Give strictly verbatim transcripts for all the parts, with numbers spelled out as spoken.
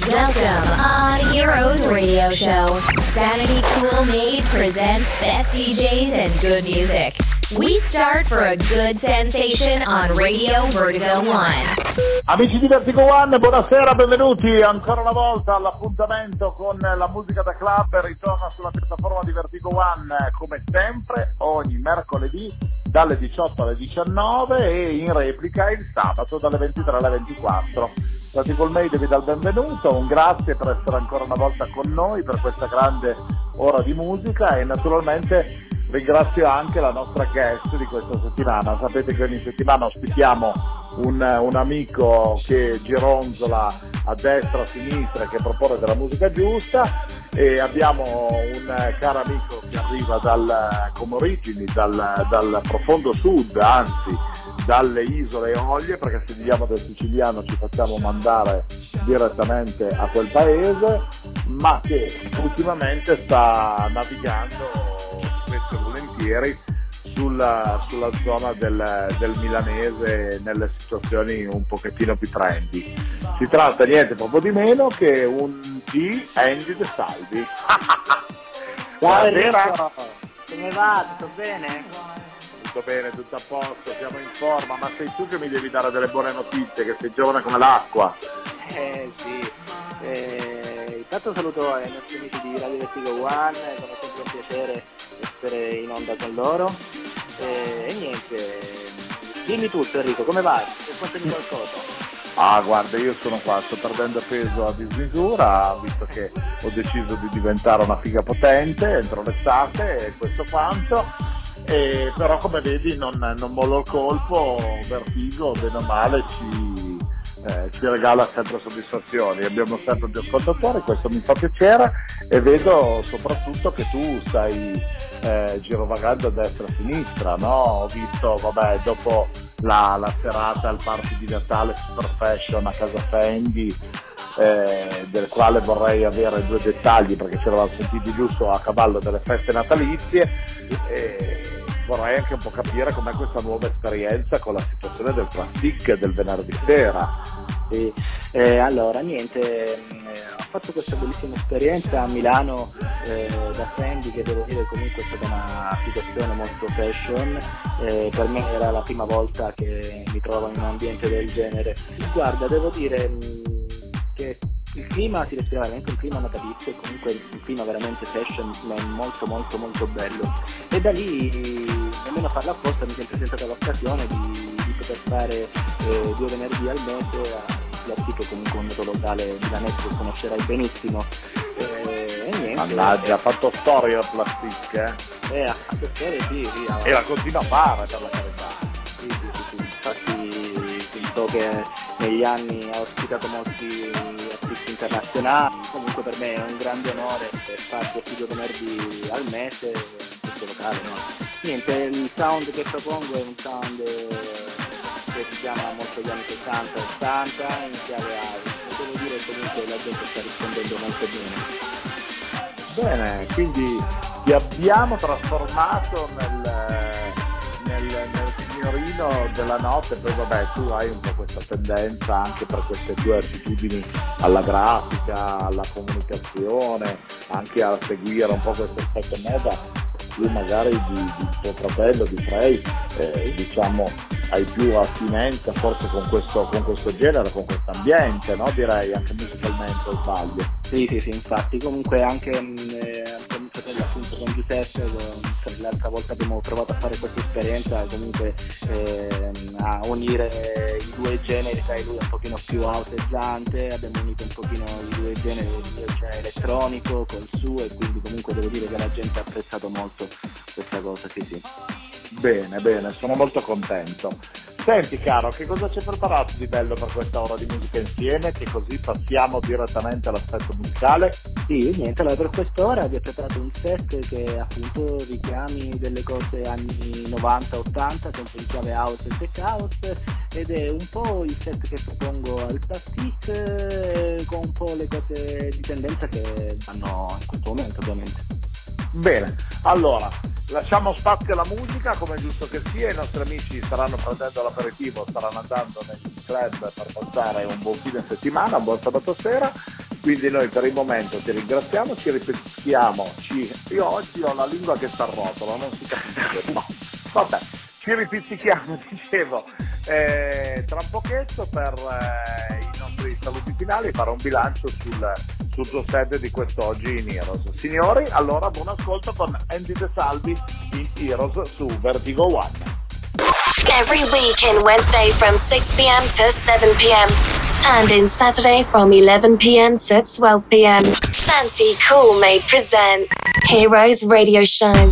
Welcome on Heroes Radio Show. Sanity Cool Made presents best D Js and good music. We start for a good sensation on Radio Vertigo One. Amici di Vertigo One, buonasera, benvenuti ancora una volta all'appuntamento con la musica da club. Ritorna sulla piattaforma di Vertigo One come sempre ogni mercoledì dalle diciotto alle diciannove e in replica il sabato dalle ventitré alle ventiquattro. Vertigo Made vi dà il benvenuto, un grazie per essere ancora una volta con noi per questa grande ora di musica e naturalmente ringrazio anche la nostra guest di questa settimana. Sapete che ogni settimana ospitiamo un, un amico che gironzola a destra, a sinistra e che propone della musica giusta, e abbiamo un caro amico che arriva dal, come origini dal, dal profondo sud, anzi dalle isole Eolie, perché se viviamo del siciliano ci facciamo mandare direttamente a quel paese, ma che ultimamente sta navigando spesso e volentieri sulla, sulla zona del, del milanese nelle situazioni un pochettino più trendy. Si tratta niente proprio di meno che un di Andy De Salvi. Ciao Enrico, come va? Tutto bene? Tutto bene, tutto a posto, siamo in forma, ma sei tu che mi devi dare delle buone notizie, che sei giovane come l'acqua. Eh sì, eh, intanto saluto i nostri amici di Radio Vertigo One, come sempre un piacere essere in onda con loro. Eh, e niente, dimmi tutto Enrico, come vai? Raccontami qualcosa. Ah guarda, io sono qua, sto perdendo peso a dismisura, visto che ho deciso di diventare una figa potente entro l'estate e questo quanto, e però come vedi non, non mollo il colpo. Vertigo bene o male ci, eh, ci regala sempre soddisfazioni, abbiamo sempre più ascoltatori, questo mi fa piacere, e vedo soprattutto che tu stai eh, girovagando a destra e a sinistra, no? Ho visto, vabbè, dopo La, la serata al party di Natale Super Fashion a casa Fendi, eh, del quale vorrei avere due dettagli perché ci eravamo sentiti giusto a cavallo delle feste natalizie, e vorrei anche un po' capire com'è questa nuova esperienza con la situazione del plastic del venerdì sera. Sì. Eh, allora niente, eh, ho fatto questa bellissima esperienza a Milano eh, da Fendi, che devo dire comunque è stata una situazione molto fashion. Eh, per me era la prima volta che mi trovavo in un ambiente del genere. Guarda, devo dire mh, che il clima si respira veramente un clima natalizio, comunque un clima veramente fashion, ma è molto molto molto bello, e da lì nemmeno a farla apposta mi si è presentata l'occasione di, di poter fare eh, due venerdì al mese a Plastic, comunque un noto locale milanese che conoscerai benissimo. Eh, e niente, Mannaggia, ha fatto storia il Plastic, eh? Eh, a fatto storia sì, sì, ah, e la continua a fare, per la carità. sì, sì, sì, sì. Infatti so che negli anni ha ospitato molti artisti internazionali, comunque per me è un grande onore fare questi due venerdì al mese in questo locale, no? Niente, il sound che propongo è un sound che si chiama molto gli anni sessanta ottanta in chiave house, e devo dire che comunque la gente sta rispondendo molto bene. Bene, quindi ti abbiamo trasformato nel, nel, nel signorino della notte. Poi vabbè, tu hai un po' questa tendenza anche per queste tue attitudini alla grafica, alla comunicazione, anche a seguire un po' questo aspetto moda. Più magari di, di tuo fratello, di Frey, eh, diciamo hai più attinenza forse con questo, con questo genere, con questo ambiente, no? Direi anche musicalmente, o sbaglio? Sì, sì, sì, infatti comunque anche eh, con mio fratello, appunto con Giuseppe, con, l'altra volta abbiamo provato a fare questa esperienza, comunque eh, a unire i due generi, sai, lui è un pochino più houseeggiante, abbiamo unito un pochino i due generi, il genere elettronico col suo, e quindi comunque devo dire che la gente ha apprezzato molto questa cosa, sì sì. Bene, bene, sono molto contento. Senti caro, che cosa ci hai preparato di bello per questa ora di musica insieme, che così passiamo direttamente all'aspetto musicale? Sì, niente, allora per quest'ora vi ho preparato un set che appunto richiami delle cose anni novanta ottanta, sempre in chiave house e tech house, ed è un po' il set che propongo al Plastic, eh, con un po' le cose di tendenza che vanno in questo momento ovviamente. Bene, allora lasciamo spazio alla musica come è giusto che sia. I nostri amici staranno prendendo l'aperitivo, staranno andando nei club per passare un buon fine settimana, un buon sabato sera. Quindi noi per il momento ti ringraziamo, ci ripetiamo, ci... io oggi ho la lingua che sta a rotola, non si capisce, no, vabbè, ci ripizzichiamo, dicevo, eh, tra un pochetto per eh, i nostri saluti finali, farò un bilancio sul, sul suo set di quest'oggi in Heroes. Signori, allora buon ascolto con Andy De Salvi in Heroes su Vertigo One. Every week in Wednesday from six p.m. to seven p.m. and in Saturday from eleven p.m. to twelve p.m. Santi Cool may present Heroes Radio Show.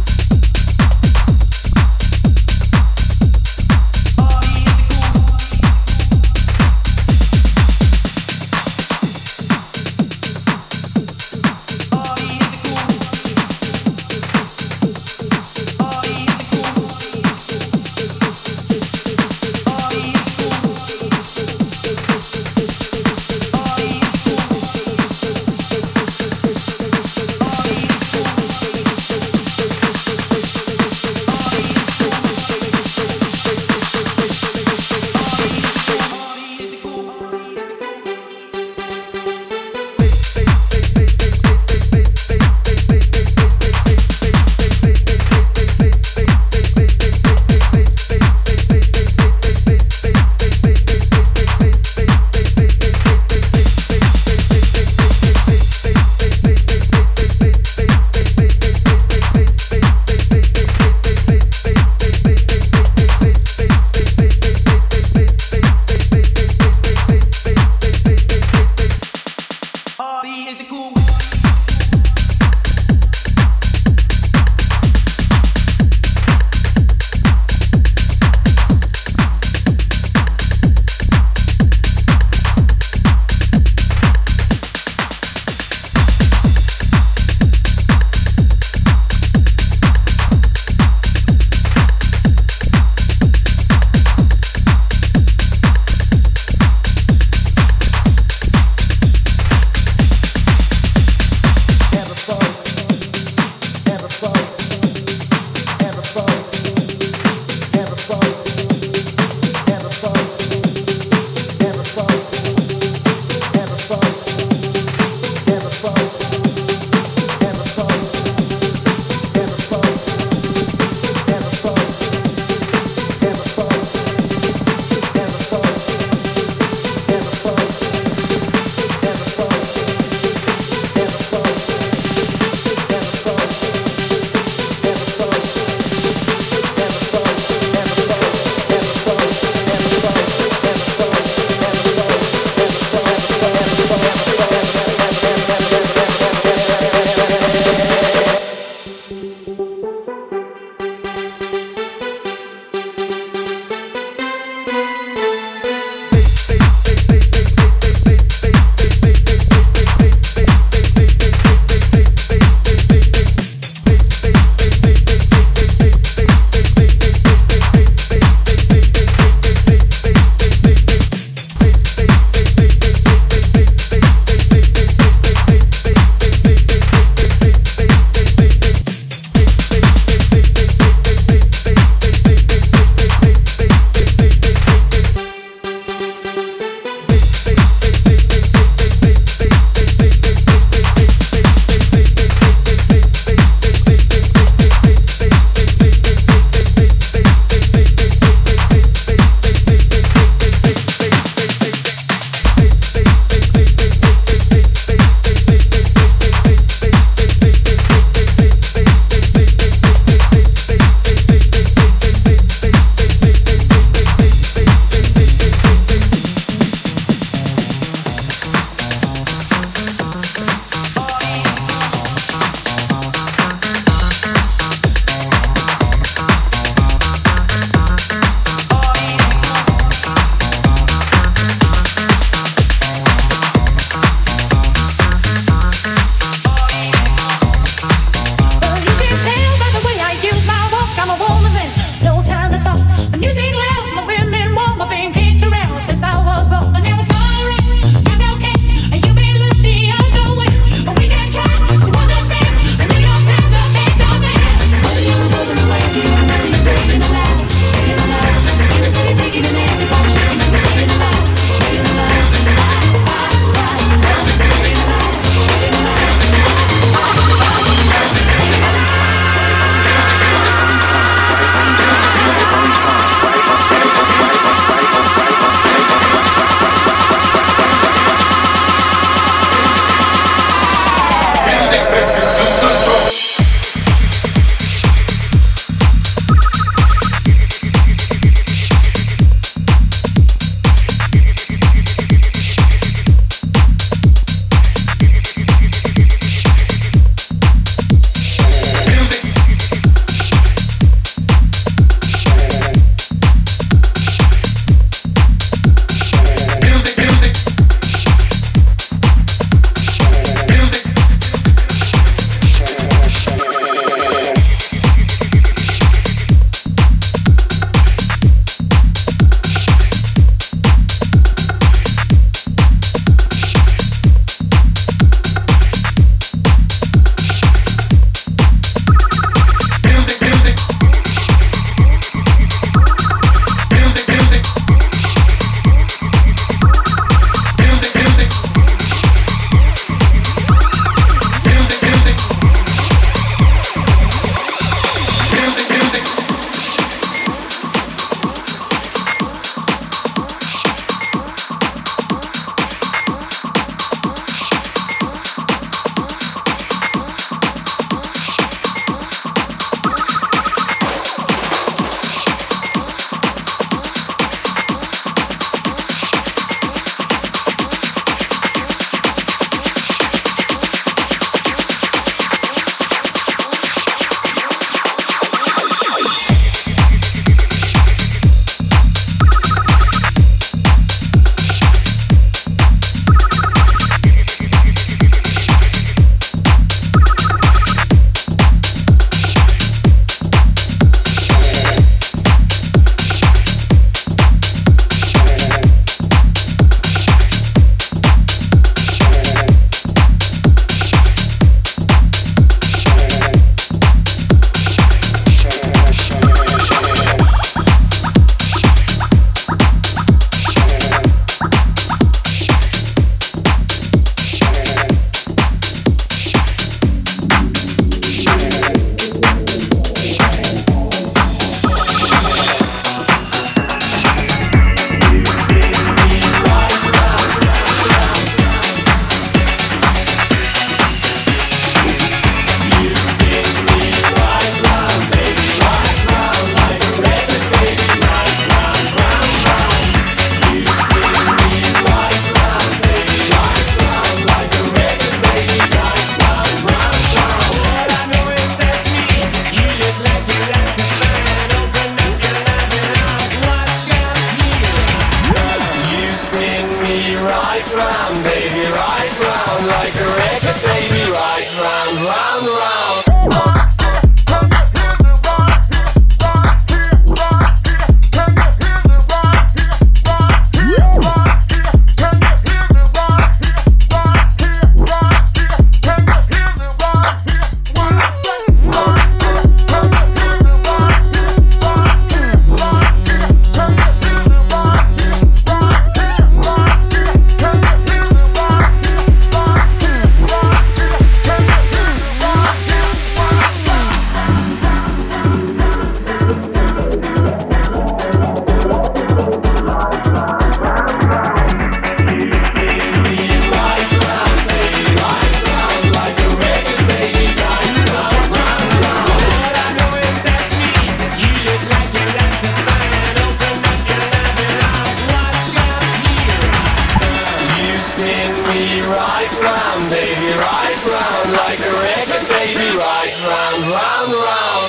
me right round, baby, right round, like a record, baby, right round, round, round.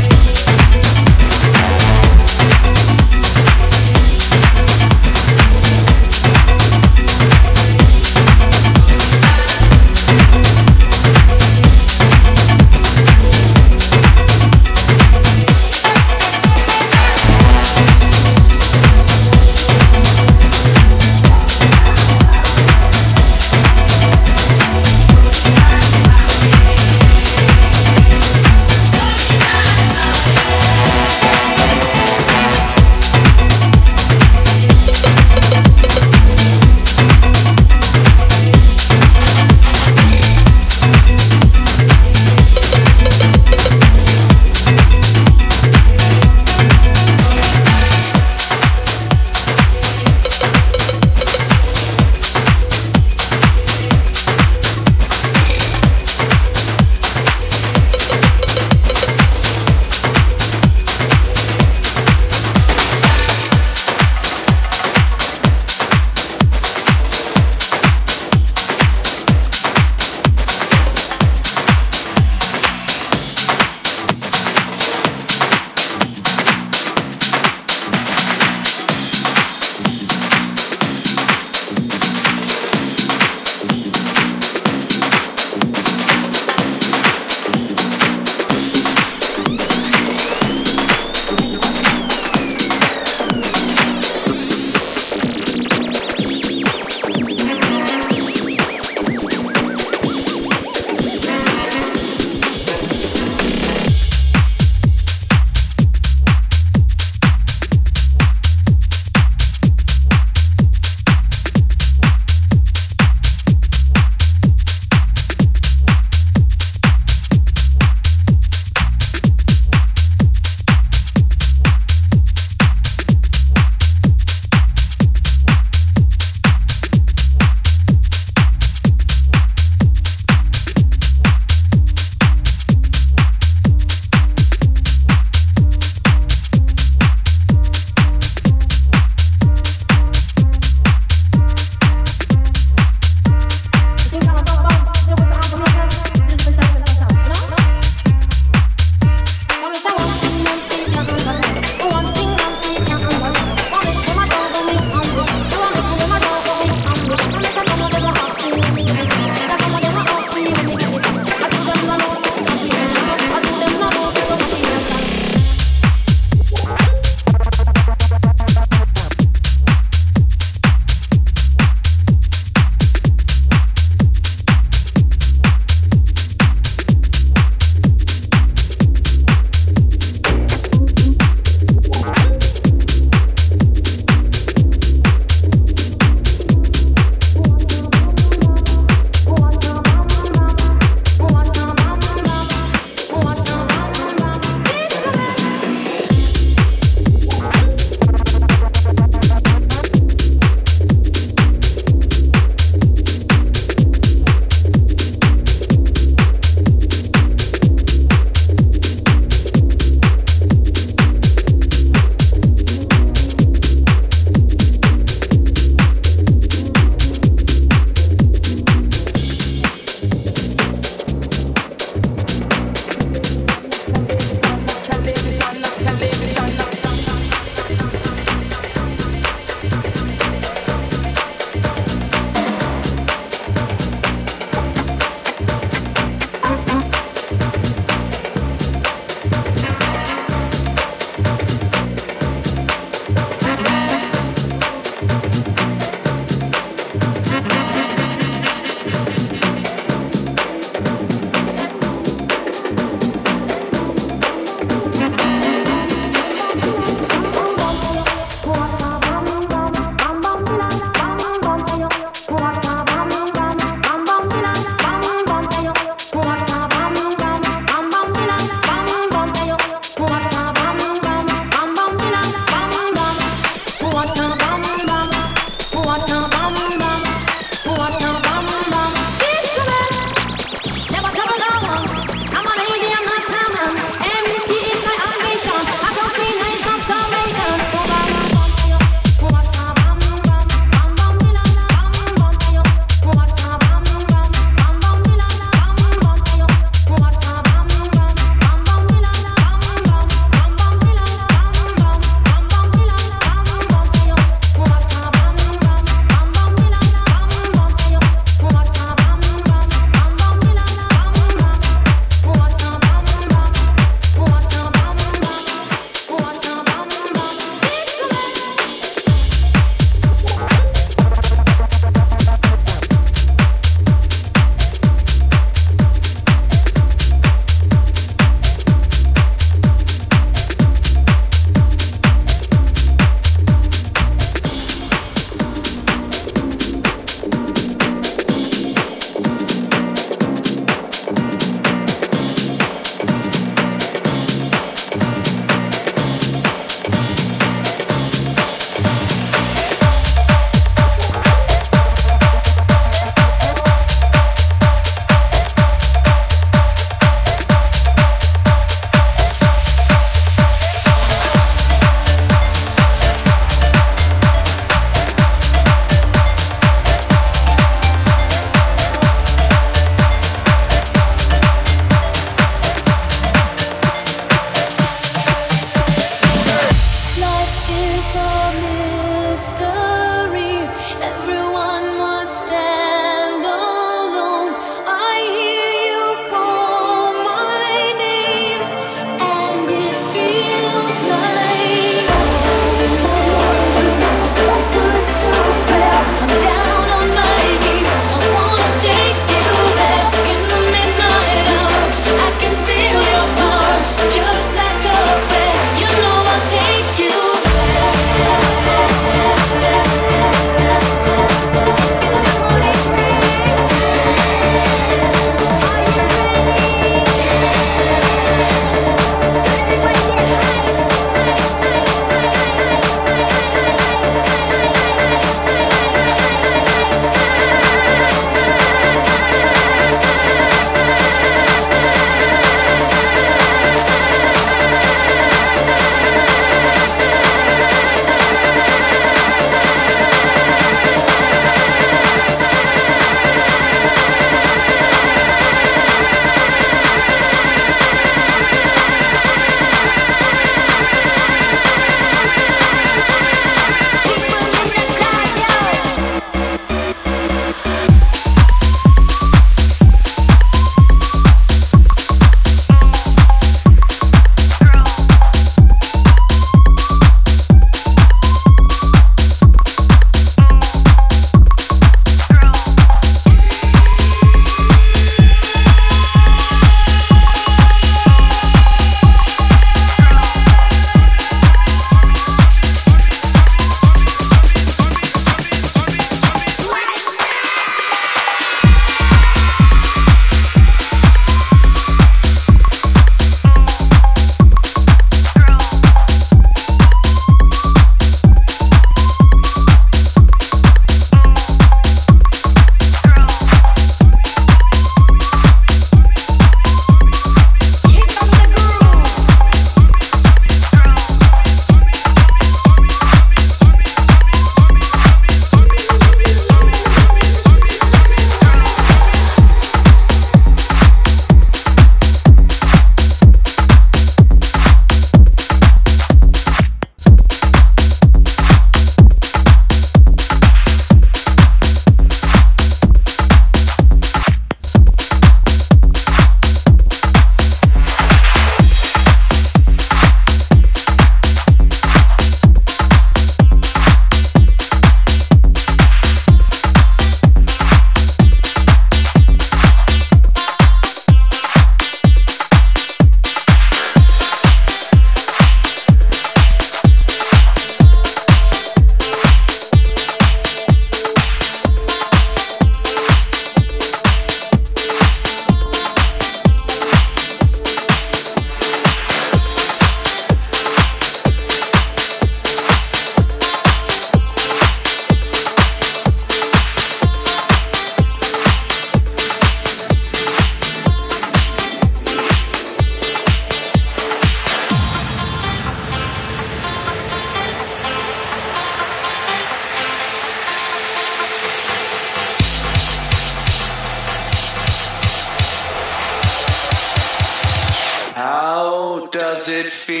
How does it feel?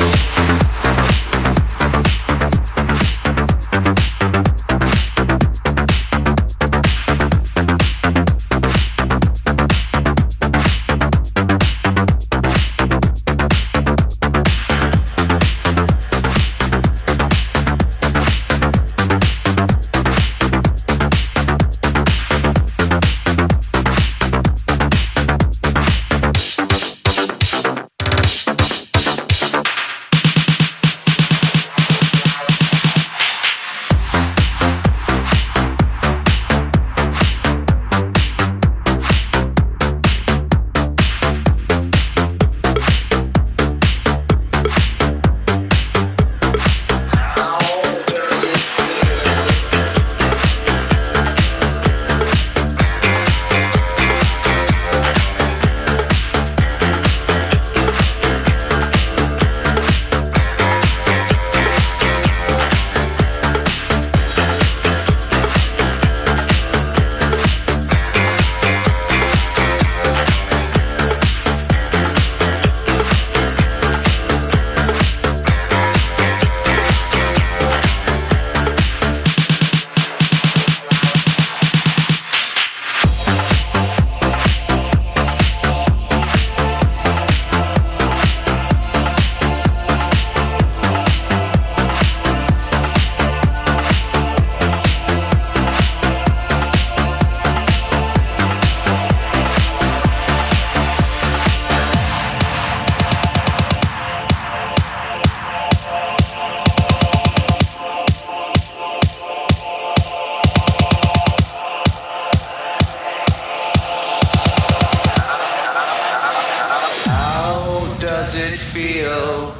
Does it feel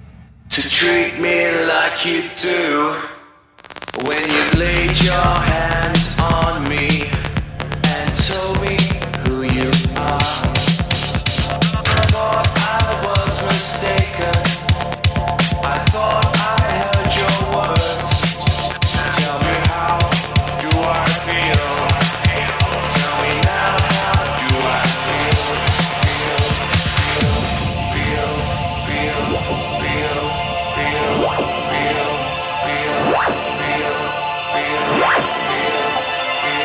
to treat me like you do when you laid your hands on me and told me who you are? I thought I was mistaken. I thought I heard your words. Tell me, how do I feel? Tell me now, how do I feel? Feel, feel, feel, feel, feel, feel, feel, feel, feel,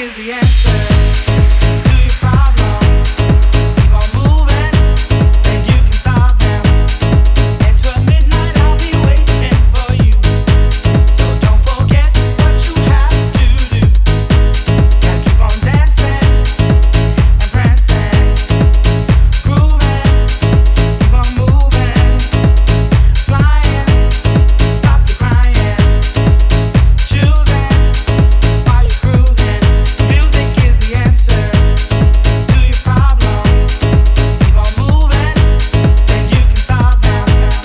is the answer to your problems. Keep on moving, and you can solve them. And till midnight I'll be waiting for you. So don't forget what you have to do. Gotta keep on dancing and prancing, grooving, keep on moving, flying, stop the crying, choosing while you're cruising. Music is the answer to your problems. Keep on moving, and you can solve them.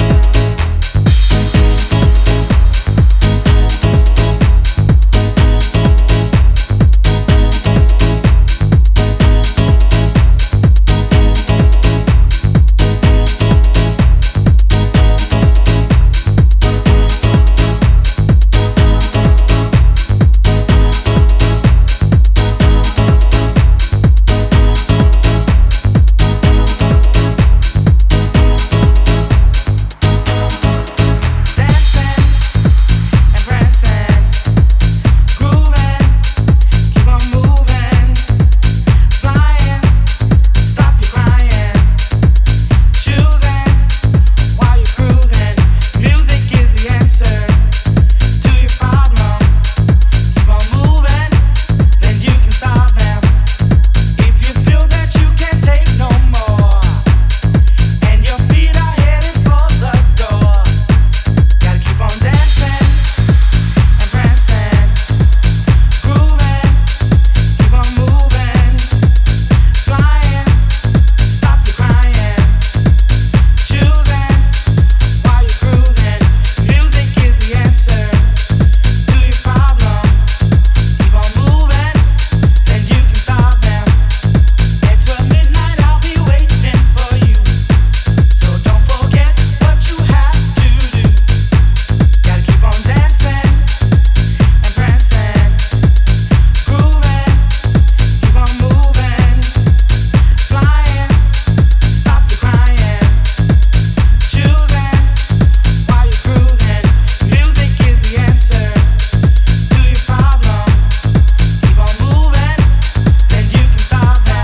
Dancing and prancing, grooving, keep on moving, flying, stop your crying, choosing while you're cruising. Music is the answer to your problems. Keep on moving, then you can solve them. If you feel that you can't take no more, and your feet are headed for the door, gotta keep on dancing and prancing, grooving, keep on moving, flying, stop your crying, choosing while you're cruising. Music is the answer to your problems. Keep on moving, then you can solve them. At twelve midnight I'll be waiting for you. So don't forget what you have to do. Gotta keep on dancing and prancing, grooving, keep on moving, flying, stop the crying, choosing while you're cruising. Music is the answer to your problems. Keep on moving, then you can solve them.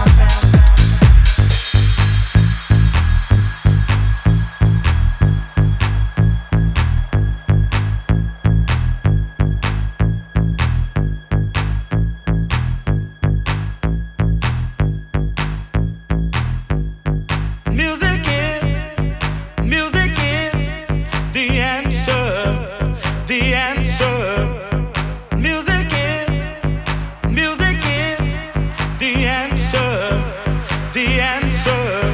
Music is, music is the answer, the answer. Music is, music is the answer, the answer.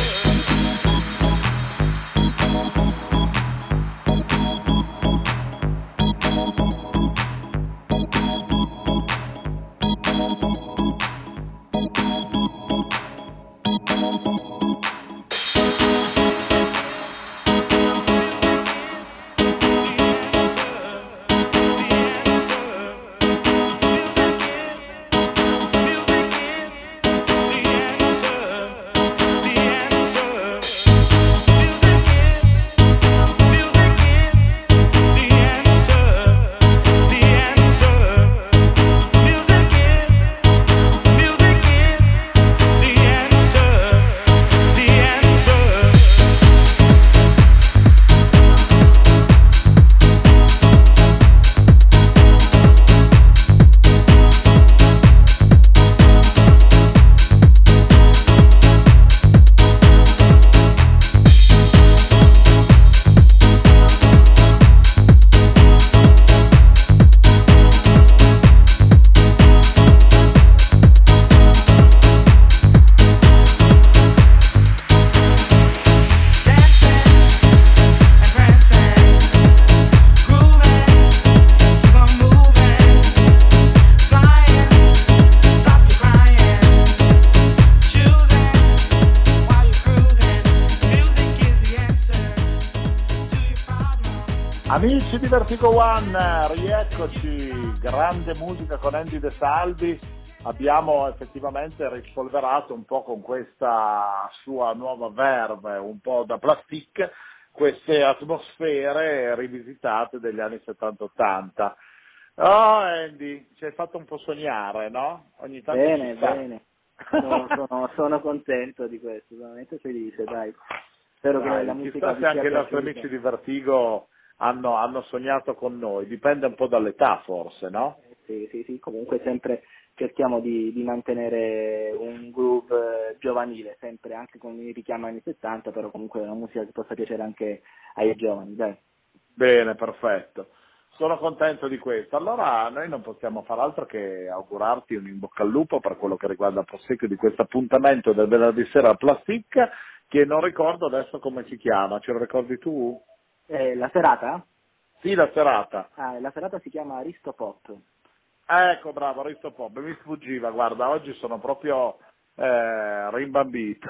Amici di Vertigo One, rieccoci, grande musica con Andy De Salvi. Abbiamo effettivamente rispolverato un po' con questa sua nuova verve, un po' da plastic, queste atmosfere rivisitate degli anni settanta ottanta. Oh Andy, ci hai fatto un po' sognare, no? Ogni tanto Bene, ci sta. bene. Sono, sono, sono contento di questo, sono veramente felice, dai. Spero Dai, che la ci musica sta vi se anche sia i nostri piaciuta. amici di Vertigo hanno, hanno sognato con noi, dipende un po' dall'età forse, no? Sì, sì, sì, comunque sempre cerchiamo di, di mantenere un groove eh, giovanile, sempre anche con i richiami anni settanta, però comunque una musica che possa piacere anche ai giovani, dai. Bene, perfetto. Sono contento di questo. Allora noi non possiamo far altro che augurarti un in bocca al lupo per quello che riguarda il proseguio di questo appuntamento del venerdì sera a Plastic, che non ricordo adesso come si chiama, ce lo ricordi tu? Eh, la serata? Sì, la serata. Ah, la serata si chiama Aristopop. Ecco, bravo, Risto Pop, mi sfuggiva, guarda, oggi sono proprio eh, rimbambito.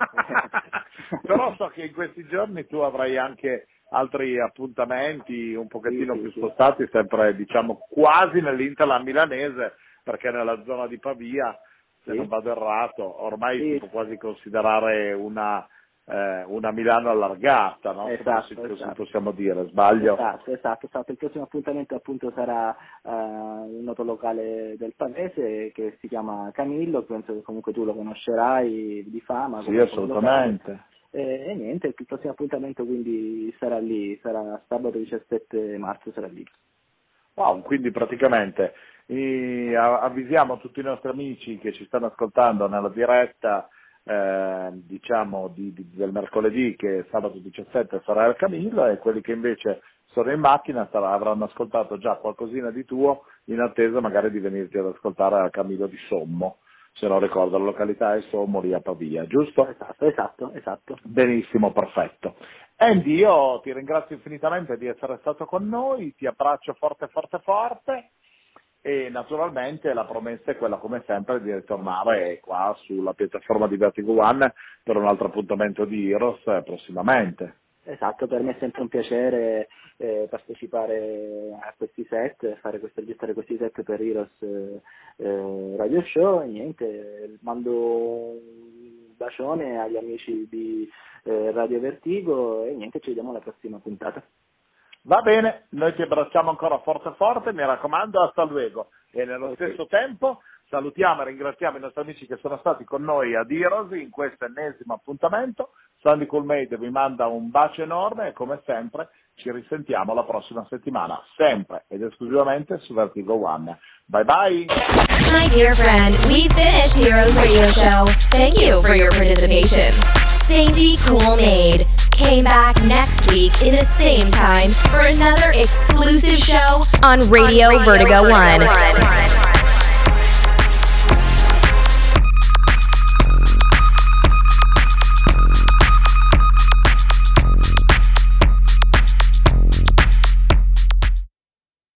Però so che in questi giorni tu avrai anche altri appuntamenti un pochettino Sì, sì, più sì. spostati, sempre diciamo quasi nell'Interland milanese, perché nella zona di Pavia, se Sì. non vado errato, ormai Sì. si può quasi considerare una, eh, una Milano allargata, no? Esatto, Se così esatto. possiamo dire, sbaglio? Esatto, esatto, esatto. Il prossimo appuntamento appunto sarà uh, un noto locale del Pavese che si chiama Camillo, penso che comunque tu lo conoscerai di fama. Sì, come- come assolutamente. locale. E, e niente, il prossimo appuntamento quindi sarà lì, sarà sabato diciassette marzo, sarà lì. Wow, quindi praticamente eh, avvisiamo tutti i nostri amici che ci stanno ascoltando nella diretta eh, diciamo di, di- del mercoledì, che sabato diciassette sarà il Camillo, e quelli che invece sono in macchina sarà- avranno ascoltato già qualcosina di tuo, in attesa magari di venirti ad ascoltare al Camillo di Sommo, se non ricordo la località è Sommo, lì a Pavia, giusto? Esatto, esatto, esatto. Benissimo, perfetto. Andy, io ti ringrazio infinitamente di essere stato con noi, ti abbraccio forte forte forte, e naturalmente la promessa è quella come sempre di ritornare qua sulla piattaforma di Vertigo One per un altro appuntamento di Heroes eh, prossimamente. Esatto, per me è sempre un piacere eh, partecipare a questi set, fare questo, registrare questi set per Heroes eh, eh, Radio Show, e niente, mando un bacione agli amici di eh, Radio Vertigo e niente, ci vediamo alla prossima puntata. Va bene, noi ti abbracciamo ancora forte forte, mi raccomando, hasta luego. E nello Ok. stesso tempo salutiamo e ringraziamo i nostri amici che sono stati con noi ad Heroes in questo ennesimo appuntamento. Sandy Coolmade vi manda un bacio enorme e come sempre ci risentiamo la prossima settimana, sempre ed esclusivamente su Vertigo One. Bye bye! My dear friend, we finished Heroes Radio Show. Thank you for your participation. Sandy Coolmade came back next week in the same time for another exclusive show on Radio, on Radio Vertigo, Vertigo One. One.